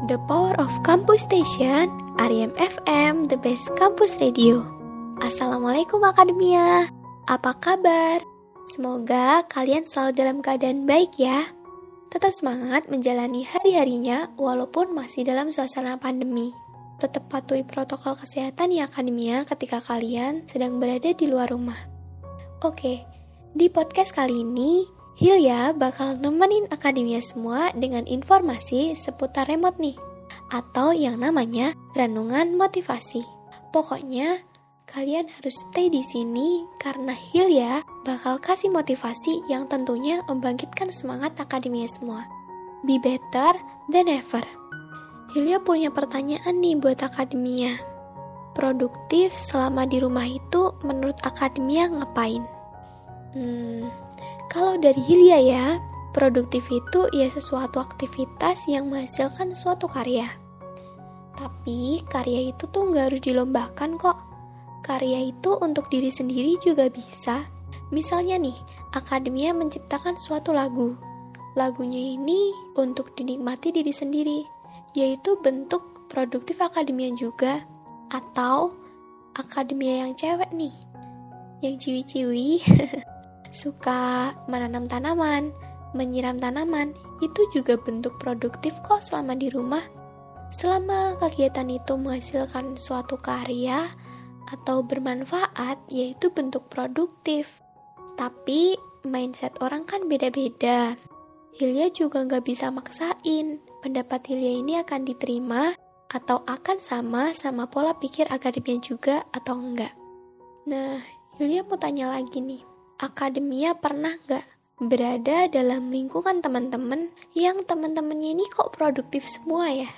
The Power of Campus Station, Ariem FM, the best campus radio. Assalamualaikum Akademia, apa kabar? Semoga kalian selalu dalam keadaan baik ya. Tetap semangat menjalani hari-harinya walaupun masih dalam suasana pandemi. Tetap patuhi protokol kesehatan ya Akademia ketika kalian sedang berada di luar rumah. Oke, di podcast kali ini Hilya bakal nemenin Akademia semua dengan informasi seputar remote nih, atau yang namanya renungan motivasi. Pokoknya, kalian harus stay di sini karena Hilya bakal kasih motivasi yang tentunya membangkitkan semangat Akademia semua. Be better than ever. Hilya punya pertanyaan nih buat Akademia. Produktif selama di rumah itu menurut Akademia ngapain? Kalau dari Hilya ya, produktif itu ya sesuatu aktivitas yang menghasilkan suatu karya. Tapi karya itu tuh nggak harus dilombakan kok. Karya itu untuk diri sendiri juga bisa. Misalnya nih, Akademia menciptakan suatu lagu. Lagunya ini untuk dinikmati diri sendiri, yaitu bentuk produktif Akademia juga. Atau Akademia yang cewek nih, yang ciwi-ciwi suka menanam tanaman, menyiram tanaman, itu juga bentuk produktif kok selama di rumah. Selama kegiatan itu menghasilkan suatu karya atau bermanfaat, yaitu bentuk produktif. Tapi mindset orang kan beda-beda. Hilya juga nggak bisa maksain pendapat Hilya ini akan diterima atau akan sama pola pikir Akademia juga atau enggak. Nah, Hilya mau tanya lagi nih. Akademia pernah nggak berada dalam lingkungan teman-teman yang teman-temannya ini kok produktif semua ya?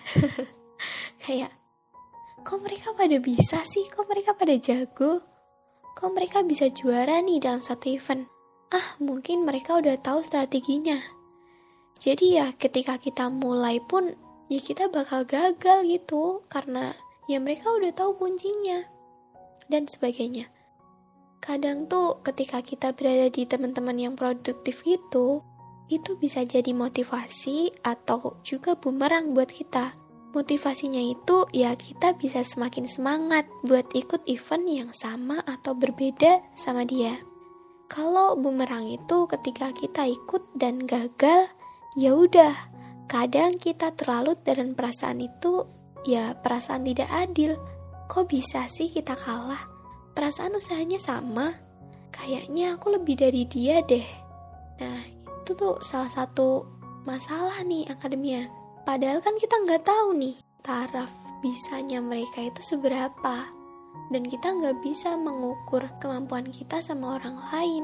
Kayak, kok mereka pada bisa sih? Kok mereka pada jago? Kok mereka bisa juara nih dalam satu event? Mungkin mereka udah tahu strateginya. Jadi ya ketika kita mulai pun, ya kita bakal gagal gitu, karena ya mereka udah tahu kuncinya, dan sebagainya. Kadang tuh ketika kita berada di teman-teman yang produktif itu bisa jadi motivasi atau juga bumerang buat kita. Motivasinya itu ya kita bisa semakin semangat buat ikut event yang sama atau berbeda sama dia. Kalau bumerang itu ketika kita ikut dan gagal, ya udah, kadang kita terlalut dengan perasaan itu, ya perasaan tidak adil. Kok bisa sih kita kalah? Perasaan usahanya sama, kayaknya aku lebih dari dia deh. Nah, itu tuh salah satu masalah nih Akademia. Padahal kan kita nggak tahu nih taraf bisanya mereka itu seberapa, dan kita nggak bisa mengukur kemampuan kita sama orang lain.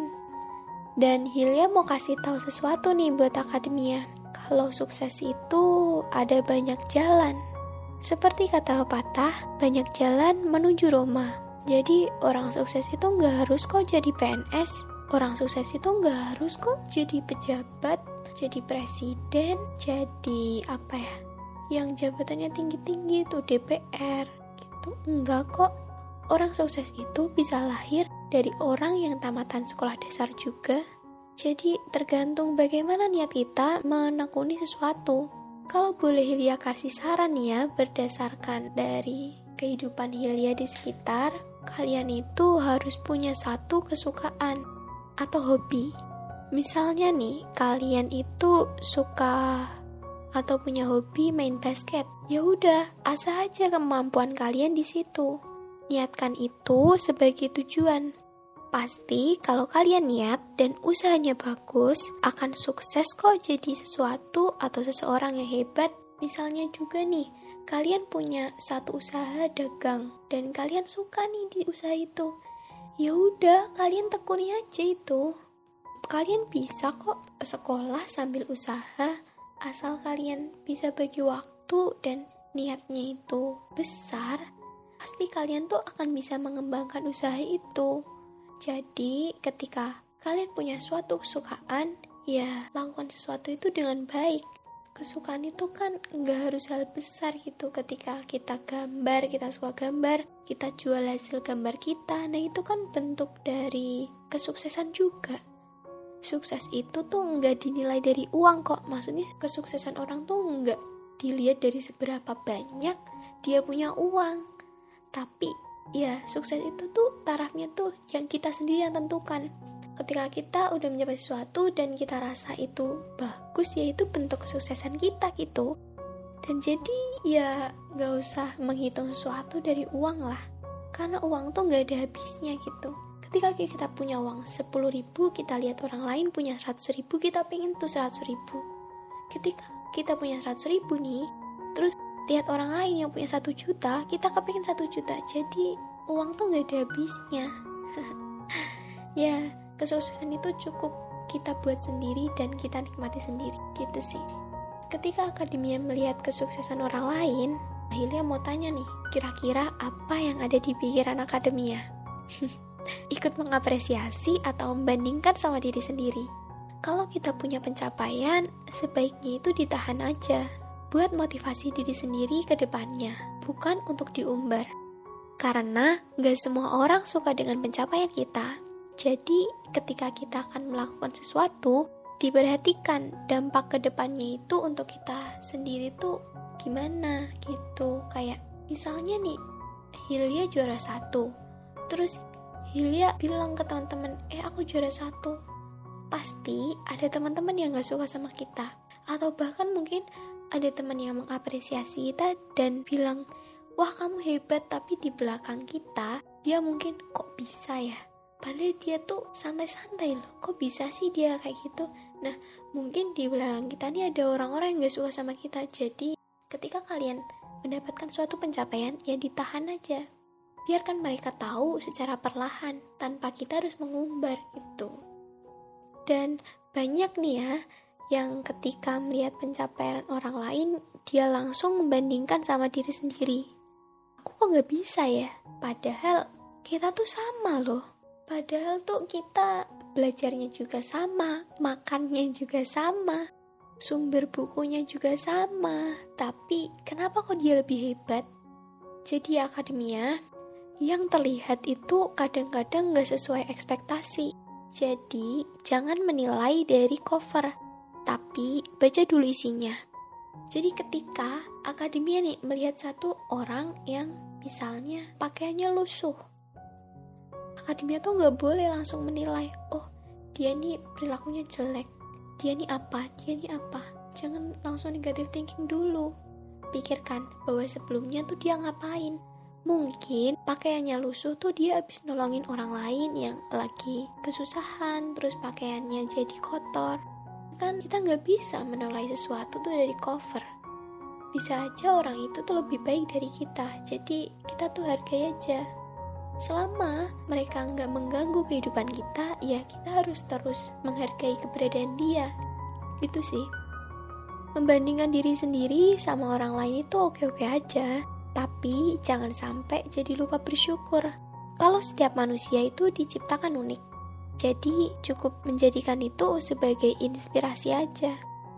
Dan Hilya mau kasih tahu sesuatu nih buat Akademia. Kalau sukses itu ada banyak jalan. Seperti kata pepatah, banyak jalan menuju Roma. Jadi orang sukses itu nggak harus kok jadi PNS, orang sukses itu nggak harus kok jadi pejabat, jadi presiden, jadi apa ya, yang jabatannya tinggi-tinggi tuh DPR gitu. Enggak kok, orang sukses itu bisa lahir dari orang yang tamatan sekolah dasar juga. Jadi tergantung bagaimana niat kita menekuni sesuatu. Kalau boleh Hilya kasih saran ya, berdasarkan dari kehidupan Hilya di sekitar, kalian itu harus punya satu kesukaan atau hobi. Misalnya nih, kalian itu suka atau punya hobi main basket. Ya udah, asah aja kemampuan kalian di situ. Niatkan itu sebagai tujuan. Pasti kalau kalian niat dan usahanya bagus, akan sukses kok jadi sesuatu atau seseorang yang hebat. Misalnya juga nih, kalian punya satu usaha dagang dan kalian suka nih di usaha itu. Ya udah, kalian tekuni aja itu. Kalian bisa kok sekolah sambil usaha, asal kalian bisa bagi waktu dan niatnya itu besar, pasti kalian tuh akan bisa mengembangkan usaha itu. Jadi ketika kalian punya suatu kesukaan, ya lakukan sesuatu itu dengan baik. Kesukaan itu kan nggak harus hal besar gitu. Ketika kita gambar, kita suka gambar, kita jual hasil gambar kita, nah itu kan bentuk dari kesuksesan juga. Sukses itu tuh nggak dinilai dari uang kok. Maksudnya kesuksesan orang tuh nggak dilihat dari seberapa banyak dia punya uang. Tapi ya sukses itu tuh tarafnya tuh yang kita sendiri yang tentukan. Ketika kita udah mencapai sesuatu dan kita rasa itu bagus, ya itu bentuk kesuksesan kita gitu. Dan jadi ya gak usah menghitung sesuatu dari uang lah, karena uang tuh gak ada habisnya gitu. Ketika kita punya uang 10.000, kita lihat orang lain punya 100.000, kita pengen tuh 100.000. Ketika kita punya 100.000 nih, terus lihat orang lain yang punya 1 juta, kita kepengen 1 juta. Jadi uang tuh gak ada habisnya. Ya, kesuksesan itu cukup kita buat sendiri dan kita nikmati sendiri gitu sih. Ketika akademia melihat kesuksesan orang lain, Hilya mau tanya nih, kira-kira apa yang ada di pikiran akademia? Ikut mengapresiasi atau membandingkan sama diri sendiri? Kalau kita punya pencapaian, sebaiknya itu ditahan aja, buat motivasi diri sendiri ke depannya, bukan untuk diumbar. Karena gak semua orang suka dengan pencapaian kita. Jadi ketika kita akan melakukan sesuatu, diperhatikan dampak ke depannya itu untuk kita sendiri tuh gimana gitu. Kayak misalnya nih, Hilya juara 1, terus Hilya bilang ke teman-teman, aku juara 1. Pasti ada teman-teman yang gak suka sama kita, atau bahkan mungkin ada teman yang mengapresiasi kita dan bilang, wah kamu hebat, tapi di belakang kita dia mungkin kok bisa ya, padahal dia tuh santai-santai loh, kok bisa sih dia kayak gitu. Nah, mungkin di belakang kita nih ada orang-orang yang gak suka sama kita. Jadi ketika kalian mendapatkan suatu pencapaian, ya ditahan aja, biarkan mereka tahu secara perlahan tanpa kita harus mengumbar gitu. Dan banyak nih ya yang ketika melihat pencapaian orang lain, dia langsung membandingkan sama diri sendiri. Aku kok gak bisa ya, padahal kita tuh sama loh. Padahal tuh kita belajarnya juga sama, makannya juga sama, sumber bukunya juga sama, tapi kenapa kok dia lebih hebat? Jadi akademia, yang terlihat itu kadang-kadang gak sesuai ekspektasi. Jadi jangan menilai dari cover, tapi baca dulu isinya. Jadi ketika akademia nih melihat satu orang yang misalnya pakaiannya lusuh, akademia tuh gak boleh langsung menilai, oh dia nih perilakunya jelek, dia nih apa. Jangan langsung negative thinking dulu. Pikirkan bahwa sebelumnya tuh dia ngapain. Mungkin pakaiannya lusuh tuh dia habis nolongin orang lain yang lagi kesusahan, terus pakaiannya jadi kotor. Kan kita gak bisa menilai sesuatu tuh dari cover. Bisa aja orang itu tuh lebih baik dari kita, jadi kita tuh hargai aja. Selama mereka nggak mengganggu kehidupan kita, ya kita harus terus menghargai keberadaan dia. Gitu sih. Membandingkan diri sendiri sama orang lain itu oke-oke aja, tapi jangan sampai jadi lupa bersyukur. Kalau setiap manusia itu diciptakan unik, jadi cukup menjadikan itu sebagai inspirasi aja.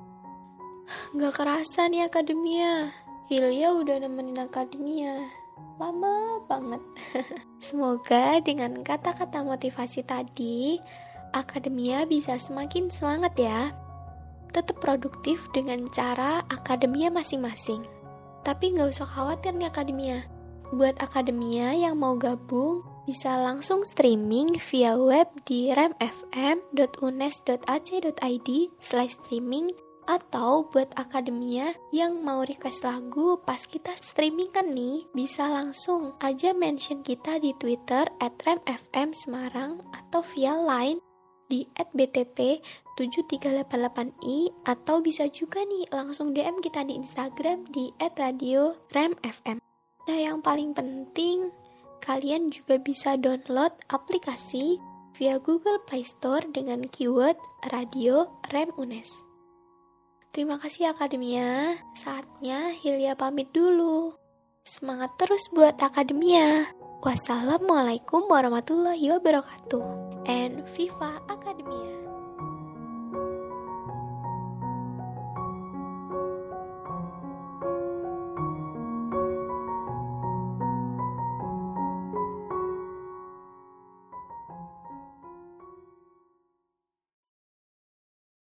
Nggak kerasa nih akademia, Hilya udah nemenin akademia lama banget. Semoga dengan kata-kata motivasi tadi, akademia bisa semakin semangat ya. Tetap produktif dengan cara akademia masing-masing. Tapi gak usah khawatir nih akademia. Buat akademia yang mau gabung, bisa langsung streaming via web di remfm.unes.ac.id/streaming. Atau buat akademia yang mau request lagu pas kita streaming kan nih, bisa langsung aja mention kita di Twitter @remfmsemarang atau via Line di @btp7388i, atau bisa juga nih langsung DM kita di Instagram di @radio_remfm. Nah yang paling penting, kalian juga bisa download aplikasi via Google Play Store dengan keyword Radio Rem Unes. Terima kasih akademia, saatnya Hilya pamit dulu. Semangat terus buat akademia. Wassalamualaikum warahmatullahi wabarakatuh. And Viva Akademia.